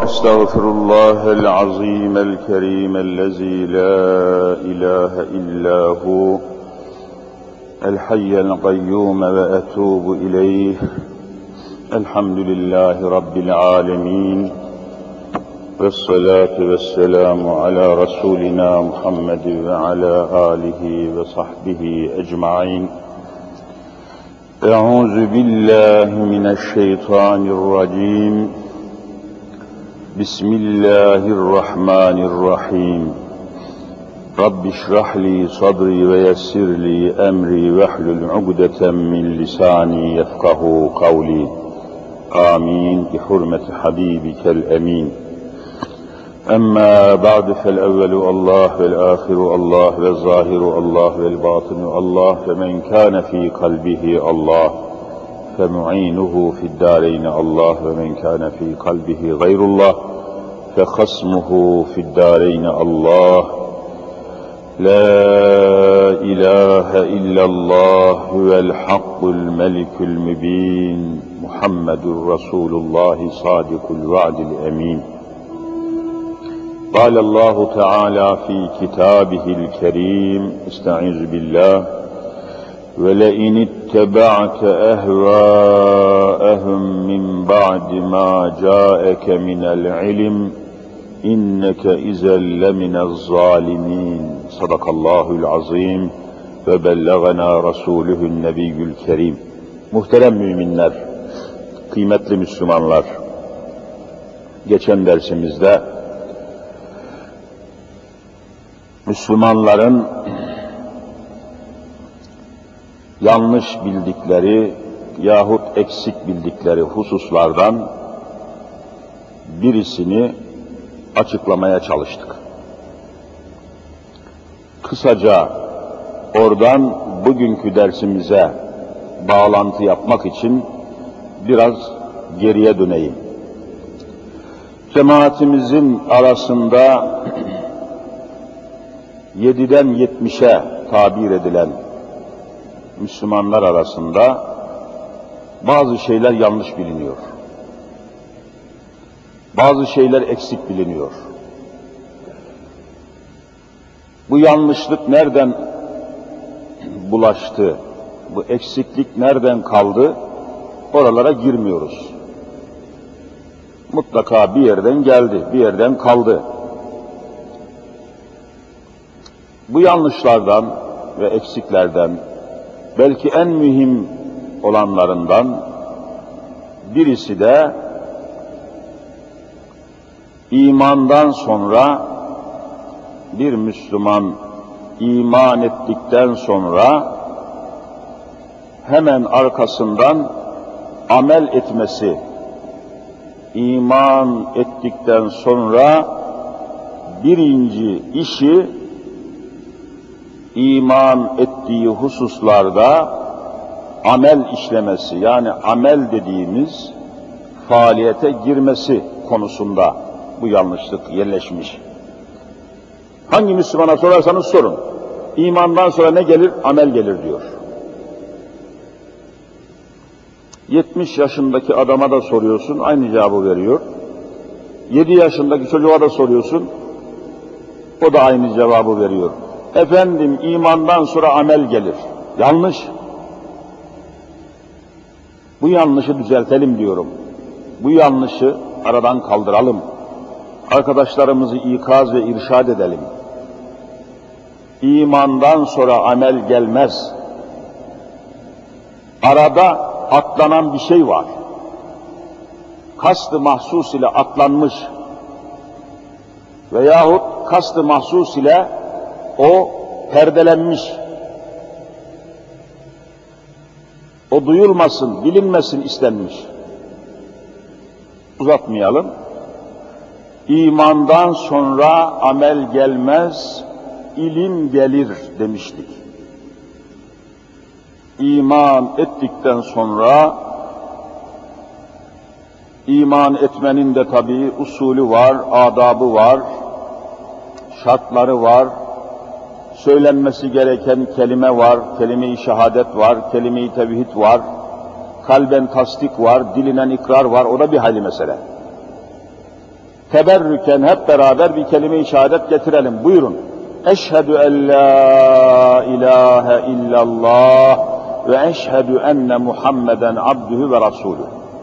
أستغفر الله العظيم الكريم الذي لا إله إلا هو الحي القيوم وأتوب إليه. الحمد لله رب العالمين والصلاة والسلام على رسولنا محمد وعلى آله وصحبه أجمعين. أعوذ بالله من الشيطان الرجيم. بسم الله الرحمن الرحيم. رب اشرح لي صدري ويسر لي أمري واحلل عقدة من لساني يفقه قولي. آمين بحرمة حبيبك الأمين. أما بعد فالأول الله والآخر الله والظاهر الله والباطن الله، فمن كان في قلبه الله فمعينه في الدارين الله، ومن كان في قلبه غير الله فخصمه في الدارين الله. لا إله إلا الله هو الحق الملك المبين، محمد رسول الله صادق الوعد الأمين. قال الله تعالى في كتابه الكريم: استعيذ بالله: ولئن اتبعت أهواءهم من بعد ما جاءك من العلم إنك إذا لمن الظالمين. صدق الله العظيم ve bellagana Resulühün Nebiyyül Kerim. Muhterem müminler, kıymetli Müslümanlar, geçen dersimizde Müslümanların yanlış bildikleri yahut eksik bildikleri hususlardan birisini açıklamaya çalıştık. Kısaca oradan bugünkü dersimize bağlantı yapmak için biraz geriye döneyim. Cemaatimizin arasında 7'den 70'e tabir edilen Müslümanlar arasında bazı şeyler yanlış biliniyor. Bazı şeyler eksik biliniyor. Bu yanlışlık nereden bulaştı? Bu eksiklik nereden kaldı? Oralara girmiyoruz. Mutlaka bir yerden geldi, bir yerden kaldı. Bu yanlışlardan ve eksiklerden belki en mühim olanlarından birisi de imandan sonra bir Müslüman iman ettikten sonra hemen arkasından amel etmesi, iman ettikten sonra birinci işi iman ettiği hususlarda amel işlemesi, yani amel dediğimiz faaliyete girmesi konusunda bu yanlışlık yerleşmiş. Hangi Müslümana sorarsanız sorun, imandan sonra ne gelir? Amel gelir diyor. 70 yaşındaki adama da soruyorsun, aynı cevabı veriyor. 7 yaşındaki çocuğa da soruyorsun, o da aynı cevabı veriyor. Efendim, imandan sonra amel gelir. Yanlış. Bu yanlışı düzeltelim diyorum. Bu yanlışı aradan kaldıralım. Arkadaşlarımızı ikaz ve irşad edelim. İmandan sonra amel gelmez. Arada atlanan bir şey var. Kast-ı mahsus ile atlanmış veyahut kast-ı mahsus ile o perdelenmiş. O duyulmasın, bilinmesin istenmiş. Uzatmayalım. İmandan sonra amel gelmez, ilim gelir demiştik. İman ettikten sonra, iman etmenin de tabii usulü var, adabı var, şartları var, söylenmesi gereken kelime var, kelime-i şehadet var, kelime-i tevhid var, kalben tasdik var, dilinen ikrar var, o da bir hayli mesele. teberrüken hep beraber bir kelime-i şehadet getirelim. Buyurun. Eşhedü en la ilahe illallah ve eşhedü enne Muhammeden abdühü ve rasulü.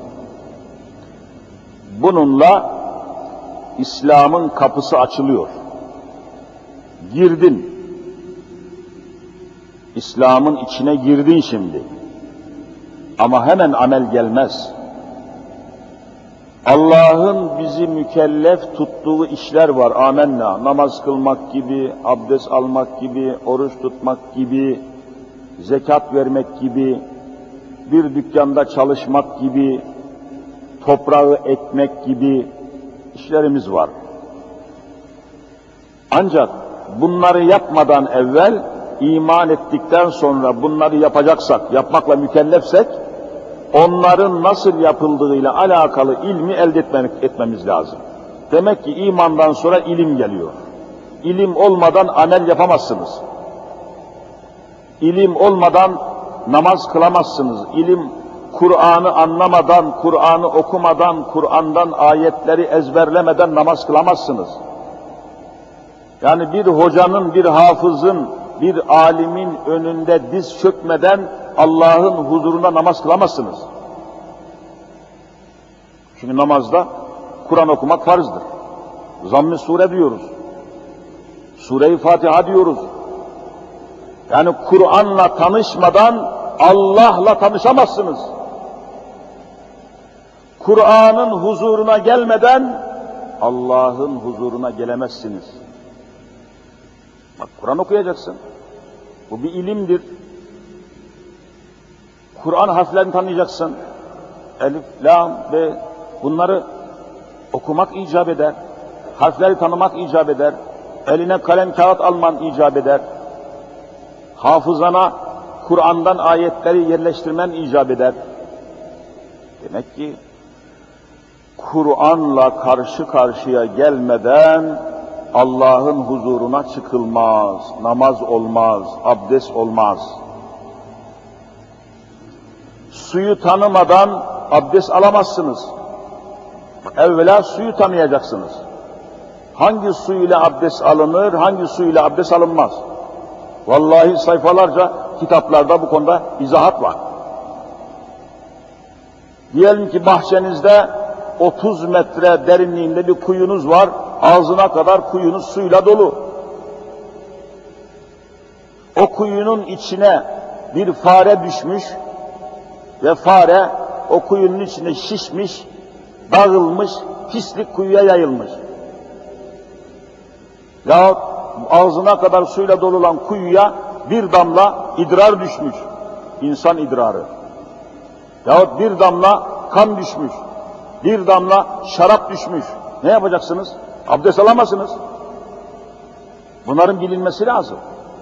Bununla İslam'ın kapısı açılıyor. Girdin. İslam'ın içine girdin şimdi. Ama hemen amel gelmez. Allah'ın bizi mükellef tuttuğu işler var. Amenna. Namaz kılmak gibi, abdest almak gibi, oruç tutmak gibi, zekat vermek gibi, bir dükkanda çalışmak gibi, toprağı ekmek gibi işlerimiz var. Ancak bunları yapmadan evvel, iman ettikten sonra bunları yapacaksak, yapmakla mükellefsek, onların nasıl yapıldığıyla alakalı ilmi elde etmemiz lazım. Demek ki imandan sonra ilim geliyor. İlim olmadan amel yapamazsınız. İlim olmadan namaz kılamazsınız. İlim, Kur'an'ı anlamadan, Kur'an'ı okumadan, Kur'an'dan ayetleri ezberlemeden namaz kılamazsınız. Yani bir hocanın, bir hafızın, bir alimin önünde diz çökmeden Allah'ın huzurunda namaz kılamazsınız. Çünkü namazda Kur'an okumak farzdır. Zamm-ı Sure diyoruz. Sure-i Fatiha diyoruz. Yani Kur'an'la tanışmadan Allah'la tanışamazsınız. Kur'an'ın huzuruna gelmeden Allah'ın huzuruna gelemezsiniz. Bak, Kur'an okuyacaksın. Bu bir ilimdir. Kur'an harflerini tanıyacaksın. Elif, lam ve bunları okumak icap eder. Harfleri tanımak icap eder. Eline kalem kağıt alman icap eder. Hafızana Kur'an'dan ayetleri yerleştirmen icap eder. Demek ki Kur'an'la karşı karşıya gelmeden Allah'ın huzuruna çıkılmaz, namaz olmaz, abdest olmaz. Suyu tanımadan abdest alamazsınız. Evvela suyu tanıyacaksınız. Hangi su ile abdest alınır, hangi su ile abdest alınmaz? Vallahi sayfalarca kitaplarda bu konuda izahat var. Diyelim ki bahçenizde 30 metre derinliğinde bir kuyunuz var, ağzına kadar kuyunuz suyla dolu. O kuyunun içine bir fare düşmüş ve fare o kuyunun içine şişmiş, dağılmış, pislik kuyuya yayılmış. Yahut ağzına kadar suyla dolu olan kuyuya bir damla idrar düşmüş, insan idrarı. Yahut bir damla kan düşmüş, bir damla şarap düşmüş. Ne yapacaksınız? Abdest alamazsınız. Bunların bilinmesi lazım.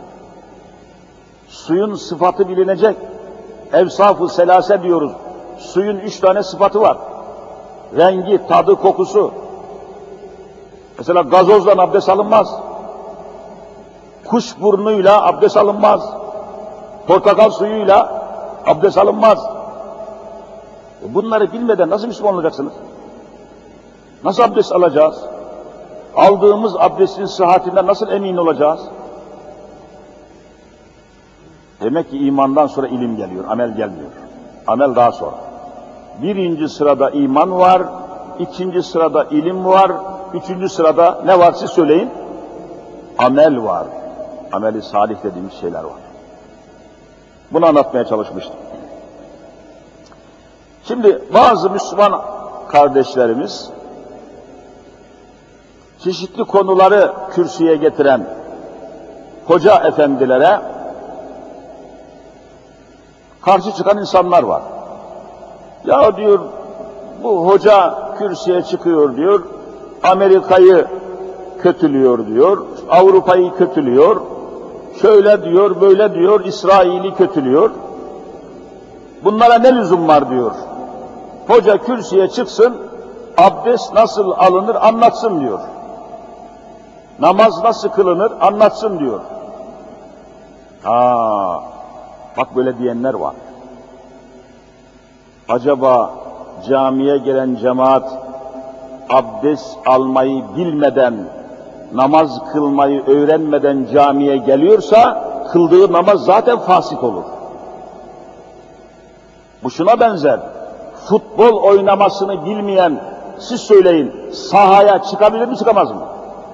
Suyun sıfatı bilinecek. Evsaf-ı selase diyoruz. Suyun 3 tane sıfatı var. Rengi, tadı, kokusu. Mesela gazozla abdest alınmaz. Kuş burnuyla abdest alınmaz. Portakal suyuyla abdest alınmaz. Bunları bilmeden nasıl Müslüman olacaksınız? Nasıl abdest alacağız? Aldığımız abdestin sıhhatinden nasıl emin olacağız? Demek ki imandan sonra ilim geliyor, amel gelmiyor. Amel daha sonra. Birinci sırada iman var, ikinci sırada ilim var, üçüncü sırada ne var siz söyleyin? Amel var. Ameli salih dediğimiz şeyler var. Bunu anlatmaya çalışmıştım. Şimdi bazı Müslüman kardeşlerimiz çeşitli konuları kürsüye getiren hoca efendilere karşı çıkan insanlar var. Ya diyor, bu hoca kürsüye çıkıyor diyor, Amerika'yı kötülüyor diyor, Avrupa'yı kötülüyor, şöyle diyor, böyle diyor, İsrail'i kötülüyor. Bunlara ne lüzum var diyor. Hoca kürsüye çıksın, abdest nasıl alınır anlatsın diyor. Namaz nasıl kılınır anlatsın diyor. Bak böyle diyenler var. Acaba camiye gelen cemaat abdest almayı bilmeden, namaz kılmayı öğrenmeden camiye geliyorsa, kıldığı namaz zaten fasık olur. Bu şuna benzer, futbol oynamasını bilmeyen, siz söyleyin, sahaya çıkabilir mi, çıkamaz mı?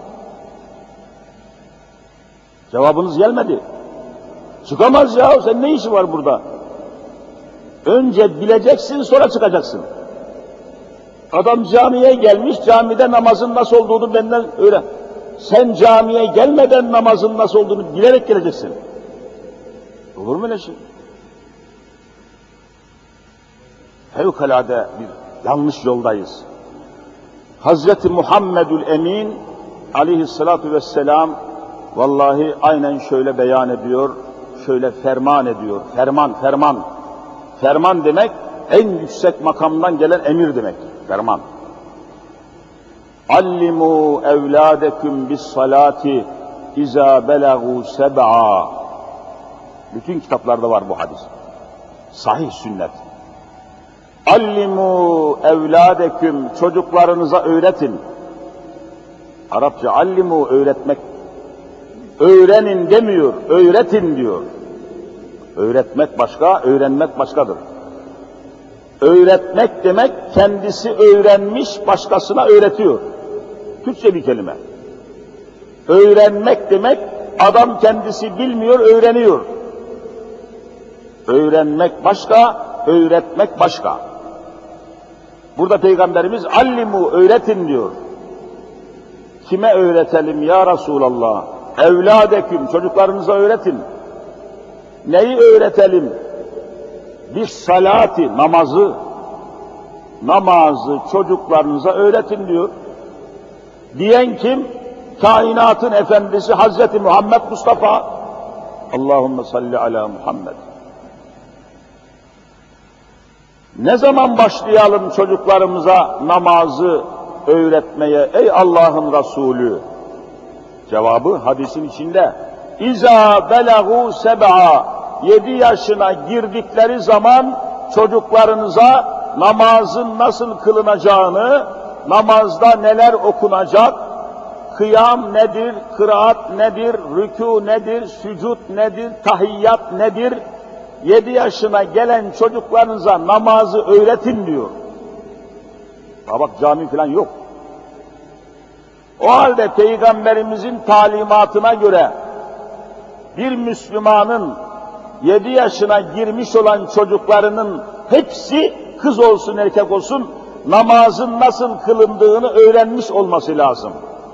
Cevabınız gelmedi. Çıkamaz ya, sen ne işi var burada? Önce bileceksin, sonra çıkacaksın. Adam camiye gelmiş, camide namazın nasıl olduğunu benden öğren. Sen camiye gelmeden namazın nasıl olduğunu bilerek geleceksin. Olur mu öyle şey? Fevkalade bir yanlış yoldayız. Hazreti Muhammedül Emin aleyhissalatu vesselam vallahi aynen şöyle beyan ediyor, şöyle ferman ediyor. Ferman. Ferman demek en yüksek makamdan gelen emir demek. Ferman. Allimu evladekum bis salati iza belagu seb'a. Bütün kitaplarda var bu hadis. Sahih sünnet. Allimu evladekum, çocuklarınıza öğretin. Arapça allimu öğretmek. Öğrenin demiyor, öğretin diyor. Öğretmek başka, öğrenmek başkadır. Öğretmek demek kendisi öğrenmiş, başkasına öğretiyor. Türkçe bir kelime. Öğrenmek demek adam kendisi bilmiyor, öğreniyor. Öğrenmek başka, öğretmek başka. Burada Peygamberimiz allimu öğretin diyor. Kime öğretelim ya Resulallah? Evladeküm, çocuklarınıza öğretin. Neyi öğretelim? Bis salati, namazı. Namazı çocuklarınıza öğretin diyor. Diyen kim? Kainatın efendisi Hazreti Muhammed Mustafa. Allahümme salli ala Muhammed. Ne zaman başlayalım çocuklarımıza namazı öğretmeye ey Allah'ın Resulü? Cevabı hadisin içinde. İza belagu seb'a, 7 yaşına girdikleri zaman çocuklarınıza namazın nasıl kılınacağını, namazda neler okunacak, kıyam nedir, kıraat nedir, rükû nedir, sücud nedir, tahiyyat nedir, 7 yaşına gelen çocuklarınıza namazı öğretin diyor. Ha bak cami falan yok. O halde Peygamberimizin talimatına göre bir Müslümanın 7 yaşına girmiş olan çocuklarının hepsi kız olsun erkek olsun namazın nasıl kılındığını öğrenmiş olması lazım.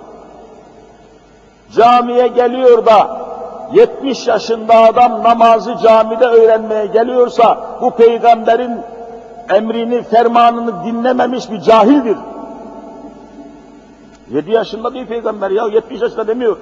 Camiye geliyor da 70 yaşında adam namazı camide öğrenmeye geliyorsa bu peygamberin emrini, fermanını dinlememiş bir cahildir. 7 yaşında değil peygamber ya, 70 yaşında demiyor.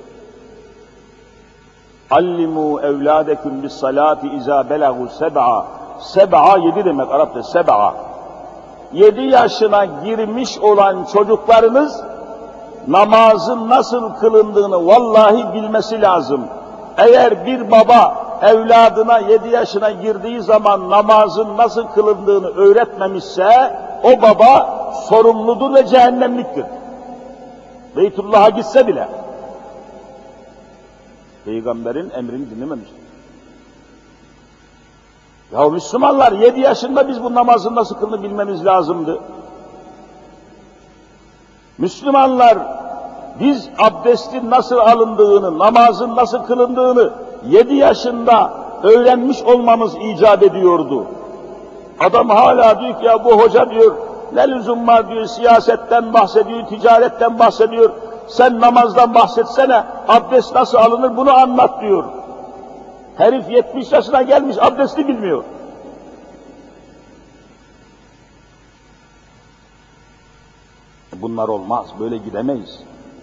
Allimu evladekum bis salati iza belagu seb'a. Seb'a 7 demek Arapça, seb'a. 7 yaşına girmiş olan çocuklarınız namazın nasıl kılındığını vallahi bilmesi lazım. Eğer bir baba evladına 7 yaşına girdiği zaman namazın nasıl kılındığını öğretmemişse o baba sorumludur ve cehennemliktir. Beytullah'a gitse bile Peygamberin emrini dinlememiştir. Ya Müslümanlar 7 yaşında biz bu namazın nasıl kılını bilmemiz lazımdı. Müslümanlar biz abdestin nasıl alındığını, namazın nasıl kılındığını 7 yaşında öğrenmiş olmamız icap ediyordu. Adam hala diyor ki ya bu hoca diyor ne lüzum var diyor, siyasetten bahsediyor, ticaretten bahsediyor. Sen namazdan bahsetsene, abdest nasıl alınır bunu anlat diyor. Herif 70 yaşına gelmiş, abdesti bilmiyor. Bunlar olmaz, böyle gidemeyiz.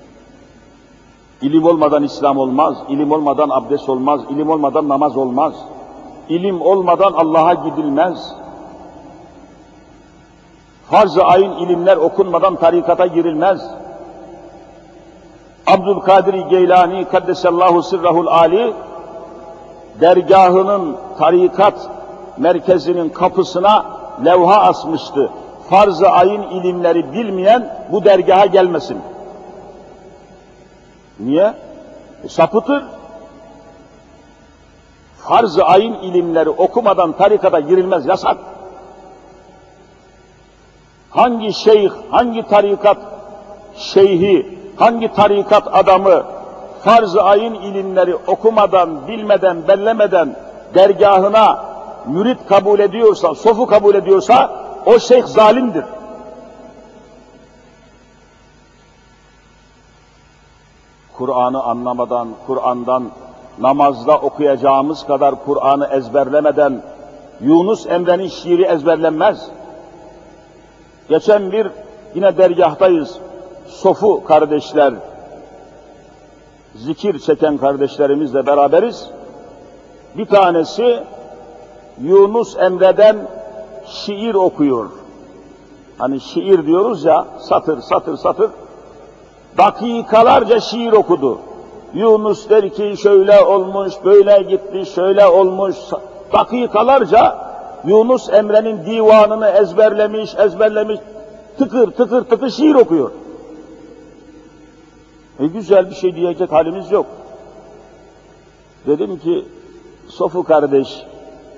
İlim olmadan İslam olmaz, ilim olmadan abdest olmaz, ilim olmadan namaz olmaz. İlim olmadan Allah'a gidilmez. Farz-ı ayın ilimler okunmadan tarikata girilmez. Abdülkadir Geylani Kaddesallahu sirrahul ali dergahının tarikat merkezinin kapısına levha asmıştı. farz-ı ayın ilimleri bilmeyen bu dergaha gelmesin. Niye? Sapıtır. Farz-ı ayın ilimleri okumadan tarikata girilmez, yasak. Hangi şeyh, hangi tarikat şeyhi, hangi tarikat adamı farz-ı ayın ilimleri okumadan, bilmeden, bellemeden dergahına mürit kabul ediyorsa, sofu kabul ediyorsa o şeyh zalimdir. Kur'an'ı anlamadan, Kur'an'dan namazda okuyacağımız kadar Kur'an'ı ezberlemeden Yunus Emre'nin şiiri ezberlenmez. Geçen bir yine dergahtayız. Sofu kardeşler, zikir çeken kardeşlerimizle beraberiz. Bir tanesi Yunus Emre'den şiir okuyor. Hani şiir diyoruz ya, satır satır satır. Dakikalarca şiir okudu. Yunus der ki şöyle olmuş, böyle gitmiş, şöyle olmuş. Dakikalarca Yunus Emre'nin divanını ezberlemiş, tıkır tıkır tıkır şiir okuyor. Güzel bir şey diyecek halimiz yok. Dedim ki, Sofu kardeş,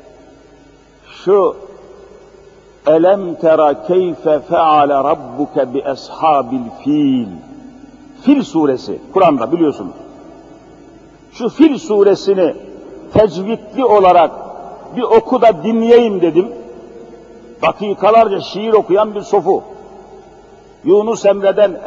şu elem tera keyfe feale rabbuke bi ashabil fil. Fil suresi, Kur'an'da biliyorsunuz. Şu Fil suresini tecvidli olarak bir oku da dinleyeyim dedim. Dakikalarca şiir okuyan bir sofu. Yunus Emre'den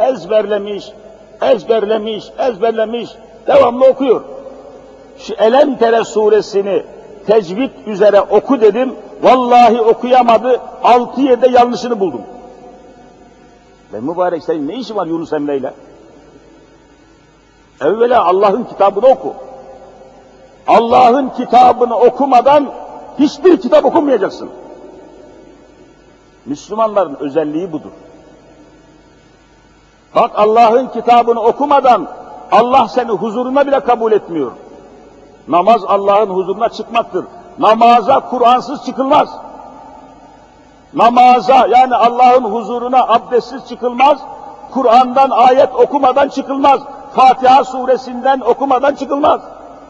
ezberlemiş, devamlı okuyor. Şu Elem Tere suresini tecvid üzere oku dedim, vallahi okuyamadı, 6 yerde yanlışını buldum. Ben mübarek, senin ne işin var Yunus Emre'yle? Evvela Allah'ın kitabını oku. Allah'ın kitabını okumadan hiçbir kitap okumayacaksın. Müslümanların özelliği budur. Bak, Allah'ın kitabını okumadan Allah seni huzuruna bile kabul etmiyor. Namaz Allah'ın huzuruna çıkmaktır. Namaza Kur'ansız çıkılmaz. Namaza, yani Allah'ın huzuruna abdestsiz çıkılmaz. Kur'an'dan ayet okumadan çıkılmaz. Fatiha suresinden okumadan çıkılmaz.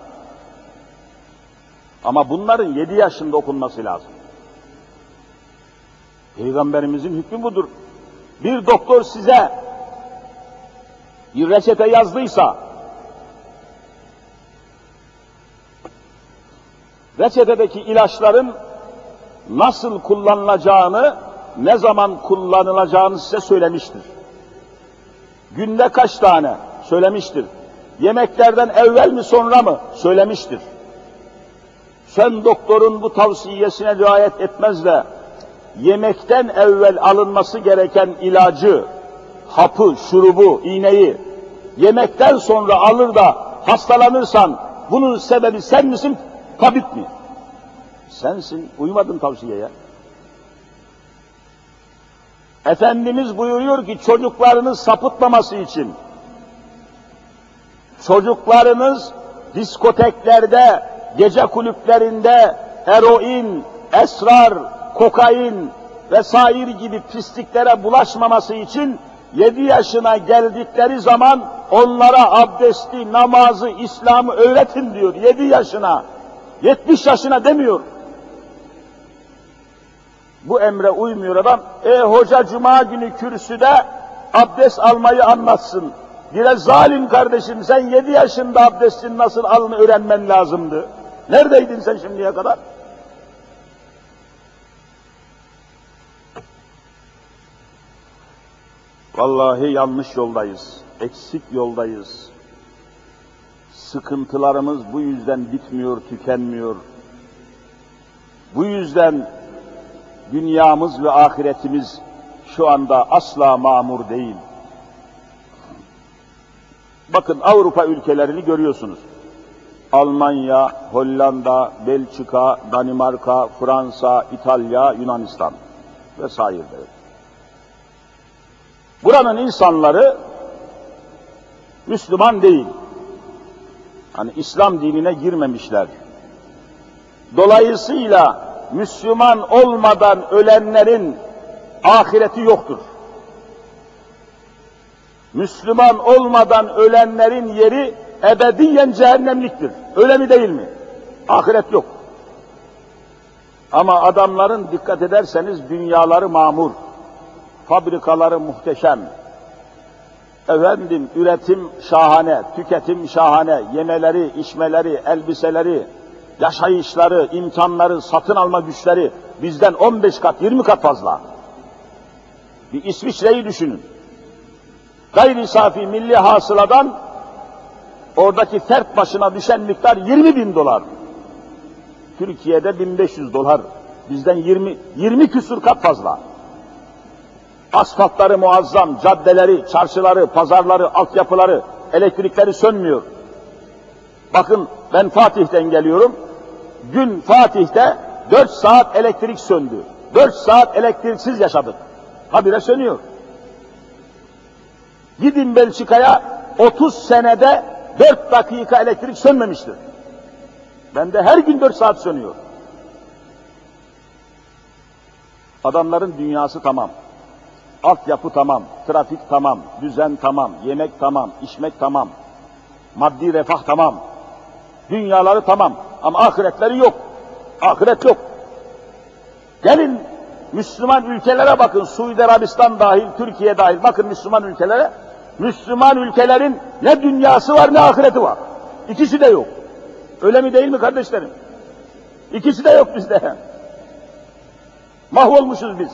Ama bunların 7 yaşında okunması lazım. Peygamberimizin hükmü budur. Bir doktor size bir reçete yazdıysa, reçetedeki ilaçların nasıl kullanılacağını, ne zaman kullanılacağını size söylemiştir. Günde kaç tane söylemiştir. Yemeklerden evvel mi sonra mı söylemiştir. Sen doktorun bu tavsiyesine riayet etmez de yemekten evvel alınması gereken ilacı, hapı, şurubu, iğneyi yemekten sonra alır da hastalanırsan bunun sebebi sen misin, tabip mi? Sensin, uymadın tavsiyeye. Efendimiz buyuruyor ki çocuklarınız sapıtmaması için, çocuklarınız diskoteklerde, gece kulüplerinde eroin, esrar, kokain vesaire gibi pisliklere bulaşmaması için 7 yaşına geldikleri zaman onlara abdesti, namazı, İslam'ı öğretin diyor. 7 yaşına, 70 yaşına demiyor. Bu emre uymuyor adam. Hoca cuma günü kürsüde abdest almayı anlatsın. Biraz zalim kardeşim, sen 7 yaşında abdestin nasıl alını öğrenmen lazımdı. Neredeydin sen şimdiye kadar? Vallahi yanlış yoldayız, eksik yoldayız. Sıkıntılarımız bu yüzden bitmiyor, tükenmiyor. Bu yüzden dünyamız ve ahiretimiz şu anda asla mamur değil. Bakın Avrupa ülkelerini görüyorsunuz. Almanya, Hollanda, Belçika, Danimarka, Fransa, İtalya, Yunanistan vesaire. Buranın insanları Müslüman değil. Hani İslam dinine girmemişler. Dolayısıyla Müslüman olmadan ölenlerin ahireti yoktur. Müslüman olmadan ölenlerin yeri ebediyen cehennemliktir. Öyle mi değil mi? Ahiret yok. Ama adamların dikkat ederseniz dünyaları mamur, fabrikaları muhteşem, efendim üretim şahane, tüketim şahane, yemeleri, içmeleri, elbiseleri, yaşayışları, imkanları, satın alma güçleri bizden 15 kat, 20 kat fazla. Bir İsviçre'yi düşünün. Gayri safi milli hasıladan oradaki fert başına düşen miktar 20.000 dolar. Türkiye'de 1500 dolar. Bizden 20 küsur kat fazla. Asfaltları muazzam, caddeleri, çarşıları, pazarları, altyapıları, elektrikleri sönmüyor. Bakın ben Fatih'ten geliyorum. Dün Fatih'te 4 saat elektrik söndü. 4 saat elektriksiz yaşadık. Habire sönüyor. Gidin Belçika'ya 30 senede 4 dakika elektrik sönmemiştir. Bende her gün 4 saat sönüyor. Adamların dünyası tamam. Altyapı tamam, trafik tamam, düzen tamam, yemek tamam, içmek tamam, maddi refah tamam. Dünyaları tamam ama ahiretleri yok. Ahiret yok. Gelin Müslüman ülkelere bakın, Suudi Arabistan dahil, Türkiye dahil, bakın Müslüman ülkelere. Müslüman ülkelerin ne dünyası var ne ahireti var. İkisi de yok. Öyle mi değil mi kardeşlerim? İkisi de yok bizde. Mahvolmuşuz biz.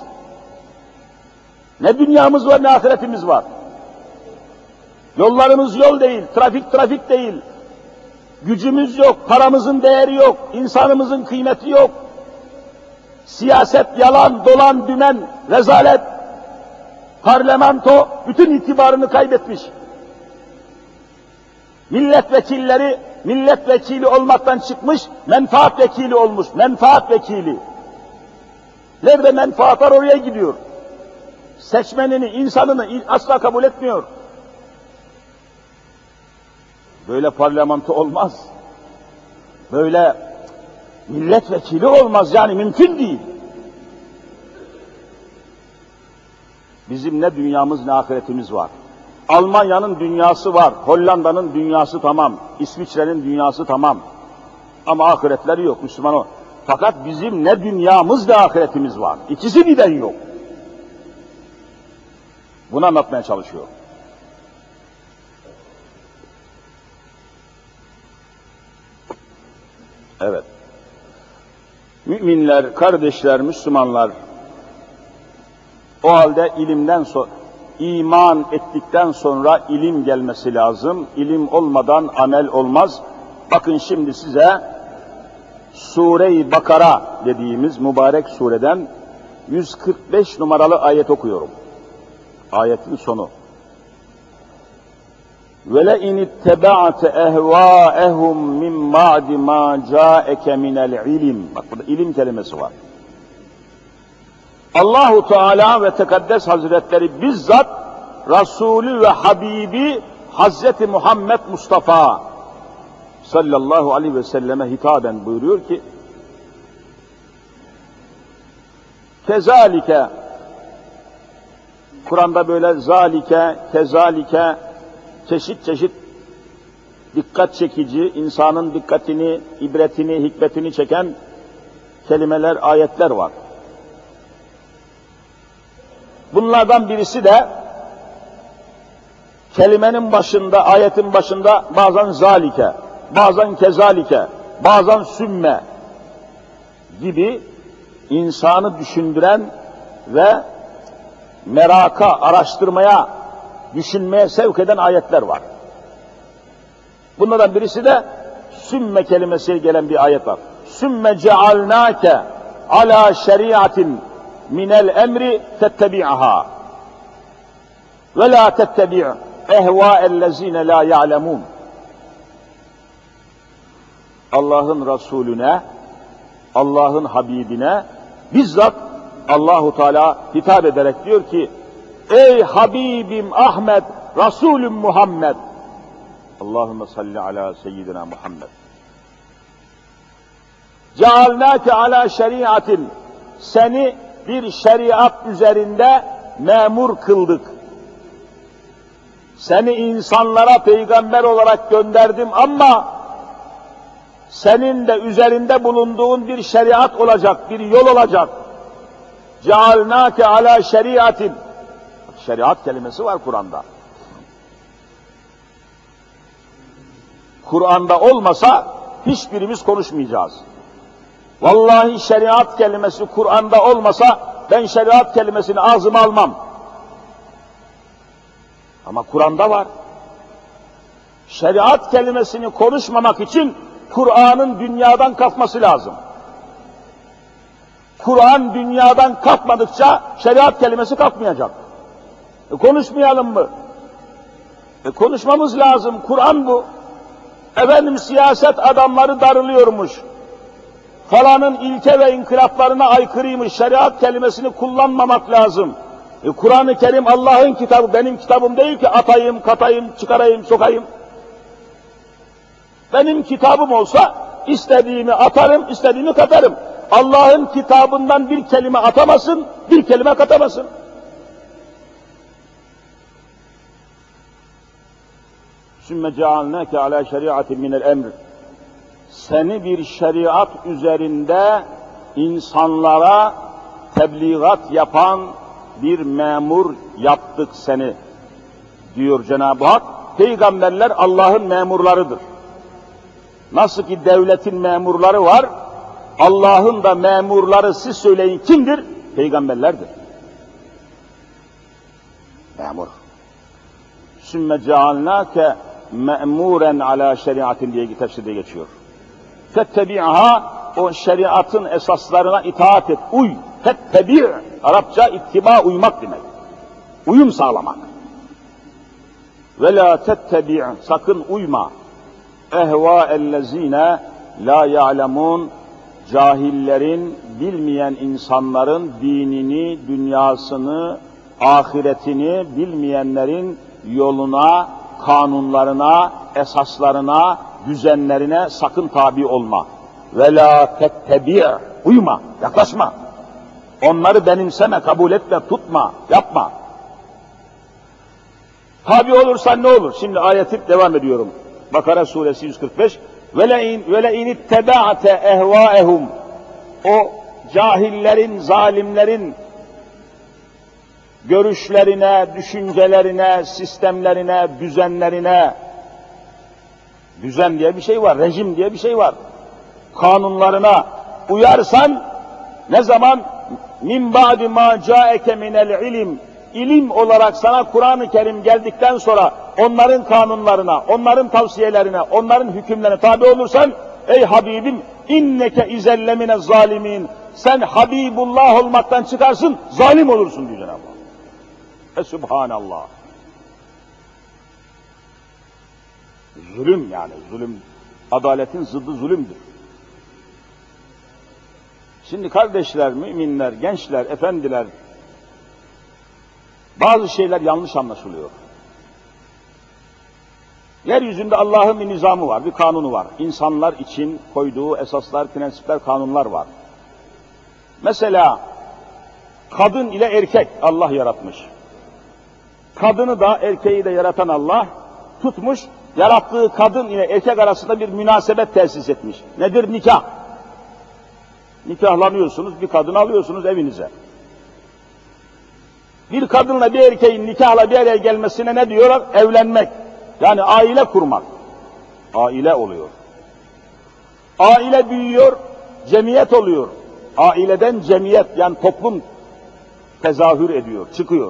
Ne dünyamız var ne ahiretimiz var. Yollarımız yol değil, trafik değil. Gücümüz yok, paramızın değeri yok, insanımızın kıymeti yok. Siyaset yalan, dolan, dümen, rezalet. Parlamento bütün itibarını kaybetmiş. Milletvekilleri milletvekili olmaktan çıkmış, menfaat vekili olmuş, menfaat vekili. Nerede menfaat var oraya gidiyor. Seçmenini, insanını asla kabul etmiyor. Böyle parlamento olmaz. Böyle milletvekili olmaz, yani mümkün değil. Bizim ne dünyamız ne ahiretimiz var. Almanya'nın dünyası var, Hollanda'nın dünyası tamam, İsviçre'nin dünyası tamam. Ama ahiretleri yok Müslüman o. Fakat bizim ne dünyamız ne ahiretimiz var. İkisi birden yok. Bunu anlatmaya çalışıyor. Evet. Müminler, kardeşler, Müslümanlar, o halde ilimden sonra, iman ettikten sonra ilim gelmesi lazım. İlim olmadan amel olmaz. Bakın şimdi size Sure-i Bakara dediğimiz mübarek sureden 145 numaralı ayet okuyorum. Ayetin sonu. وَلَئِنِ اتَّبَعْتَ اَهْوَاءَهُمْ مِنْ بَعْدِ مَا جَاءَكَ مِنَ الْعِلِمِ. Bak burada ilim kelimesi var. Allahu Teala ve Tekaddes Hazretleri bizzat Resulü ve Habibi Hazreti Muhammed Mustafa sallallahu aleyhi ve selleme hitaben buyuruyor ki kezalike, Kur'an'da böyle zalike, kezalike çeşit çeşit dikkat çekici, insanın dikkatini, ibretini, hikmetini çeken kelimeler, ayetler var. Bunlardan birisi de kelimenin başında, ayetin başında bazen zalike, bazen kezalike, bazen sümme gibi insanı düşündüren ve meraka, araştırmaya, düşünmeye sevk eden ayetler var. Bunlardan birisi de sümme kelimesiyle gelen bir ayet var. Sümme cealnâke alâ şeriatin minel emri tettebi'aha ve la tettebi' ehvâellezîne la ya'lemûn. Allah'ın Resulüne, Allah'ın Habibine bizzat Allahu Teala hitap ederek diyor ki: ey Habibim Ahmet, Resulüm Muhammed. Allahümme salli ala seyyidina Muhammed. Cealnâke ala şeriatin. Seni bir şeriat üzerinde memur kıldık. Seni insanlara peygamber olarak gönderdim ama senin de üzerinde bulunduğun bir şeriat olacak, bir yol olacak. cealnâke alâ şeriatin. Şeriat kelimesi var Kur'an'da. Kur'an'da olmasa hiçbirimiz konuşmayacağız. Vallahi şeriat kelimesi Kur'an'da olmasa ben şeriat kelimesini ağzıma almam. Ama Kur'an'da var. Şeriat kelimesini konuşmamak için Kur'an'ın dünyadan kalkması lazım. Kur'an dünyadan kalkmadıkça şeriat kelimesi kalkmayacak. Konuşmayalım mı? Konuşmamız lazım. Kur'an bu. Efendim siyaset adamları darılıyormuş. Falanın ilke ve inkılaplarına aykırıymış. Şeriat kelimesini kullanmamak lazım. Kur'an-ı Kerim Allah'ın kitabı, benim kitabım değil ki atayım, katayım, çıkarayım, sokayım. Benim kitabım olsa istediğimi atarım, istediğimi katarım. Allah'ın kitabından bir kelime atamasın, bir kelime katamasın. Sümme cealnâke alâ şeriatin minel emr. Seni bir şeriat üzerinde insanlara tebliğat yapan bir memur yaptık seni, diyor Cenab-ı Hak. Peygamberler Allah'ın memurlarıdır. Nasıl ki devletin memurları var, Allah'ın da memurları siz söyleyin kimdir? Peygamberlerdir. Memur. Sümme cealnâke me'mûren alâ şeriatin diye tefsirde geçiyor. Fettebi'ha, o şeriatın esaslarına itaat et, uy. Fettebi' Arapça ittiba, uymak demek. Uyum sağlamak. Ve la tettebi' sakın uyma. Ehvâ'ellezîne la ya'lemûn, cahillerin, bilmeyen insanların dinini, dünyasını, ahiretini bilmeyenlerin yoluna, kanunlarına, esaslarına, düzenlerine sakın tabi olma. Ve la tettebi' uyma, yaklaşma. Onları benimseme, kabul etme, tutma, yapma. Tabi olursan ne olur? Şimdi ayeti devam ediyorum. Bakara suresi 145. وَلَاِنِ اتَّبَعْتَ اَهْوَاءَهُمْ. O cahillerin, zalimlerin görüşlerine, düşüncelerine, sistemlerine, düzenlerine, düzen diye bir şey var, rejim diye bir şey var. Kanunlarına uyarsan, ne zaman? مِنْ بَعْدِ مَا جَاءَكَ مِنَ الْعِلِمِ. İlim olarak sana Kur'an-ı Kerim geldikten sonra onların kanunlarına, onların tavsiyelerine, onların hükümlerine tabi olursan, ey Habibim, inneke izellemine zalimin. Sen Habibullah olmaktan çıkarsın, zalim olursun diyor Cenab-ı Hak. Subhanallah. Zulüm yani, zulüm. Adaletin zıddı zulümdür. Şimdi kardeşler, müminler, gençler, efendiler, bazı şeyler yanlış anlaşılıyor. Yeryüzünde Allah'ın bir nizamı var, bir kanunu var. İnsanlar için koyduğu esaslar, prensipler, kanunlar var. Mesela kadın ile erkek Allah yaratmış. Kadını da erkeği de yaratan Allah tutmuş, yarattığı kadın ile erkek arasında bir münasebet tesis etmiş. Nedir? Nikah. Nikahlanıyorsunuz, bir kadın alıyorsunuz evinize. Bir kadınla bir erkeğin nikahla bir araya gelmesine ne diyorlar? Evlenmek. Yani aile kurmak. Aile oluyor. Aile büyüyor, cemiyet oluyor. Aileden cemiyet, yani toplum tezahür ediyor, çıkıyor.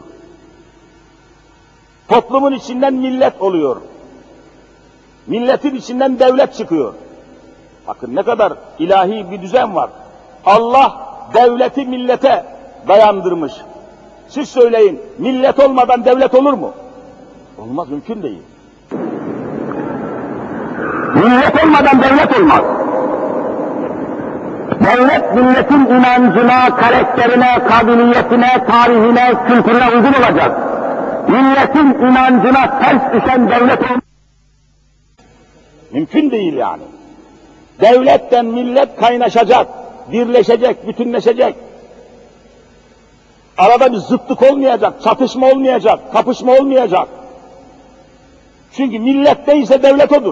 Toplumun içinden millet oluyor. Milletin içinden devlet çıkıyor. Bakın ne kadar ilahi bir düzen var. Allah devleti millete dayandırmış. Siz söyleyin, millet olmadan devlet olur mu? Olmaz, mümkün değil. Millet olmadan devlet olmaz. Devlet milletin inancına, karakterine, kabiliyetine, tarihine, kültürüne uygun olacak. Milletin inancına ters düşen devlet olmaz. Mümkün değil yani. Devletten millet kaynaşacak, birleşecek, bütünleşecek. Arada bir zıtlık olmayacak, çatışma olmayacak, kapışma olmayacak. Çünkü millet neyse devlet odur.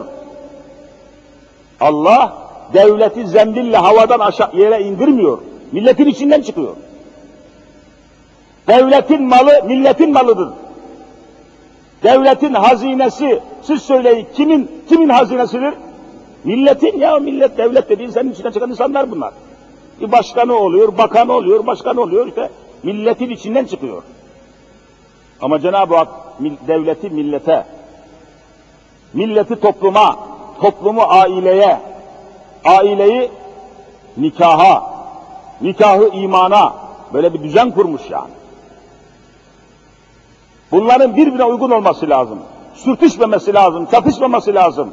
Allah devleti zembille havadan aşağı yere indirmiyor. Milletin içinden çıkıyor. Devletin malı milletin malıdır. Devletin hazinesi, siz söyleyin, kimin hazinesidir? Milletin. Ya millet, devlet dediğin senin içinden çıkan insanlar bunlar. Bir başkanı oluyor, bakanı oluyor, başkanı oluyor, işte milletin içinden çıkıyor. Ama Cenab-ı Hak devleti millete, milleti topluma, toplumu aileye, aileyi nikaha, nikahı imana, böyle bir düzen kurmuş yani. Bunların birbirine uygun olması lazım. Sürtüşmemesi lazım, çatışmaması lazım.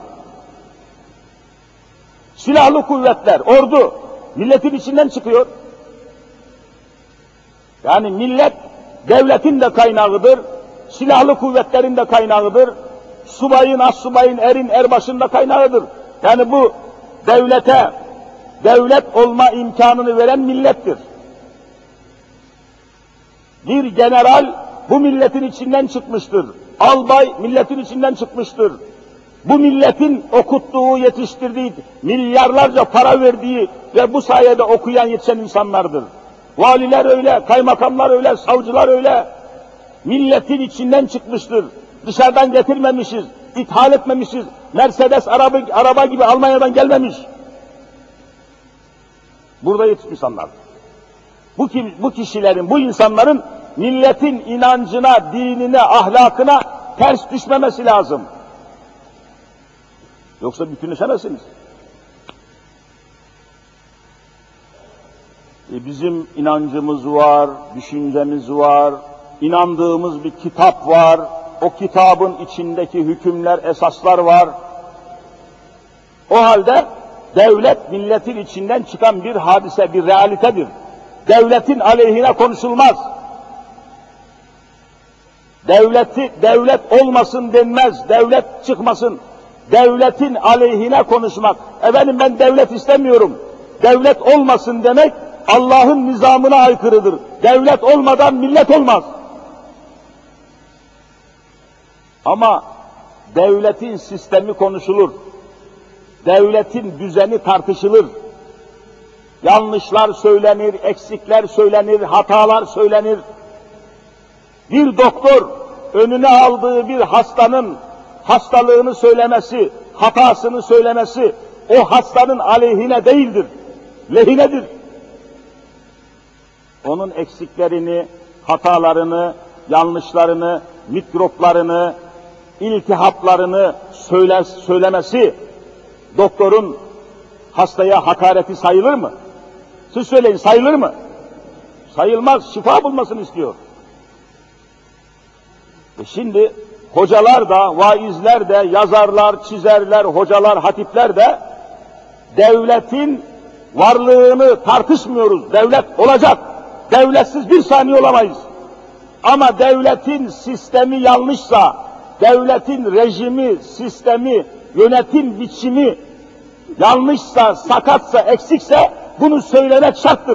Silahlı kuvvetler, ordu, milletin içinden çıkıyor. Yani millet, devletin de kaynağıdır, silahlı kuvvetlerin de kaynağıdır, subayın, astsubayın, erin, erbaşın da kaynağıdır. Yani bu devlete, devlet olma imkanını veren millettir. Bir general bu milletin içinden çıkmıştır. Albay milletin içinden çıkmıştır. Bu milletin okuttuğu, yetiştirdiği, milyarlarca para verdiği ve bu sayede okuyan, yetişen insanlardır. Valiler öyle, kaymakamlar öyle, savcılar öyle. Milletin içinden çıkmıştır. Dışarıdan getirmemişiz, ithal etmemişiz. Mercedes araba gibi Almanya'dan gelmemiş. Burada yetişmiş insanlar. Bu kişilerin, bu insanların milletin inancına, dinine, ahlakına ters düşmemesi lazım. Yoksa bütünleşemezsiniz. Bizim inancımız var, düşüncemiz var, inandığımız bir kitap var, o kitabın içindeki hükümler, esaslar var. O halde devlet milletin içinden çıkan bir hadise, bir realitedir. Devletin aleyhine konuşulmaz. Devlet olmasın denmez, devlet çıkmasın. Devletin aleyhine konuşmak, efendim ben devlet istemiyorum, devlet olmasın demek, Allah'ın nizamına aykırıdır. Devlet olmadan millet olmaz. Ama devletin sistemi konuşulur, devletin düzeni tartışılır, yanlışlar söylenir, eksikler söylenir, hatalar söylenir. Bir doktor önüne aldığı bir hastanın hastalığını söylemesi, hatasını söylemesi o hastanın aleyhine değildir, lehinedir. Onun eksiklerini, hatalarını, yanlışlarını, mikroplarını, iltihaplarını söylemesi doktorun hastaya hakareti sayılır mı? Siz söyleyin, sayılır mı? Sayılmaz, şifa bulmasını istiyor. Şimdi hocalar da, vaizler de, yazarlar, çizerler, hocalar, hatipler de devletin varlığını tartışmıyoruz. Devlet olacak. Devletsiz bir saniye olamayız. Ama devletin sistemi yanlışsa, devletin rejimi, sistemi, yönetim biçimi yanlışsa, sakatsa, eksikse bunu söylemek şarttır.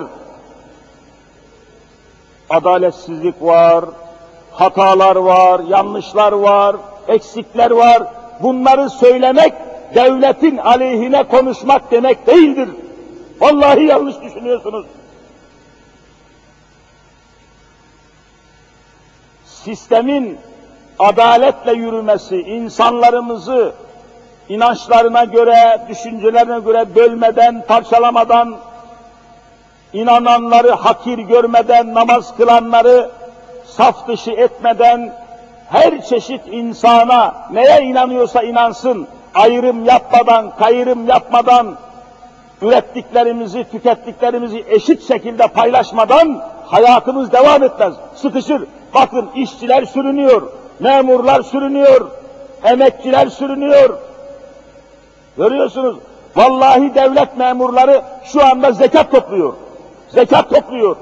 Adaletsizlik var, hatalar var, yanlışlar var, eksikler var. Bunları söylemek, devletin aleyhine konuşmak demek değildir. Vallahi yanlış düşünüyorsunuz. Sistemin adaletle yürümesi, insanlarımızı inançlarına göre, düşüncelerine göre bölmeden, parçalamadan, inananları hakir görmeden, namaz kılanları saf dışı etmeden, her çeşit insana neye inanıyorsa inansın, ayrım yapmadan, kayırım yapmadan, ürettiklerimizi, tükettiklerimizi eşit şekilde paylaşmadan hayatımız devam etmez, sıkışır. Bakın işçiler sürünüyor, memurlar sürünüyor, emekçiler sürünüyor. Görüyorsunuz, vallahi devlet memurları şu anda zekat topluyor. Zekat topluyor.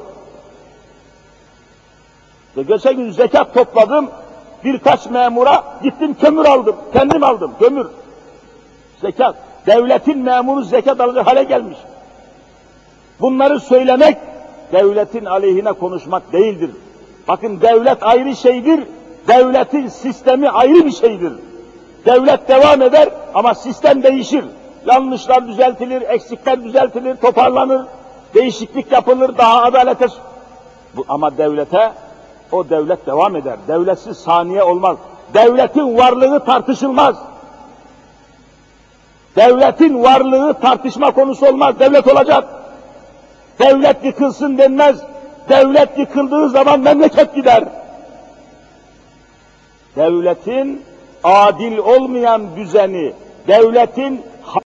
Ve geçen gün zekat topladım, birkaç memura gittim kömür aldım, kendim aldım kömür. Zekat, devletin memuru zekat alacak hale gelmiş. Bunları söylemek, devletin aleyhine konuşmak değildir. Bakın devlet ayrı şeydir, devletin sistemi ayrı bir şeydir. Devlet devam eder ama sistem değişir. Yanlışlar düzeltilir, eksikler düzeltilir, toparlanır, değişiklik yapılır, daha adalete... Ama devlete, o devlet devam eder. Devletsiz saniye olmaz. Devletin varlığı tartışılmaz. Devletin varlığı tartışma konusu olmaz. Devlet olacak. Devlet yıkılsın denmez. Devlet yıkıldığı zaman memleket gider. Devletin adil olmayan düzeni, devletin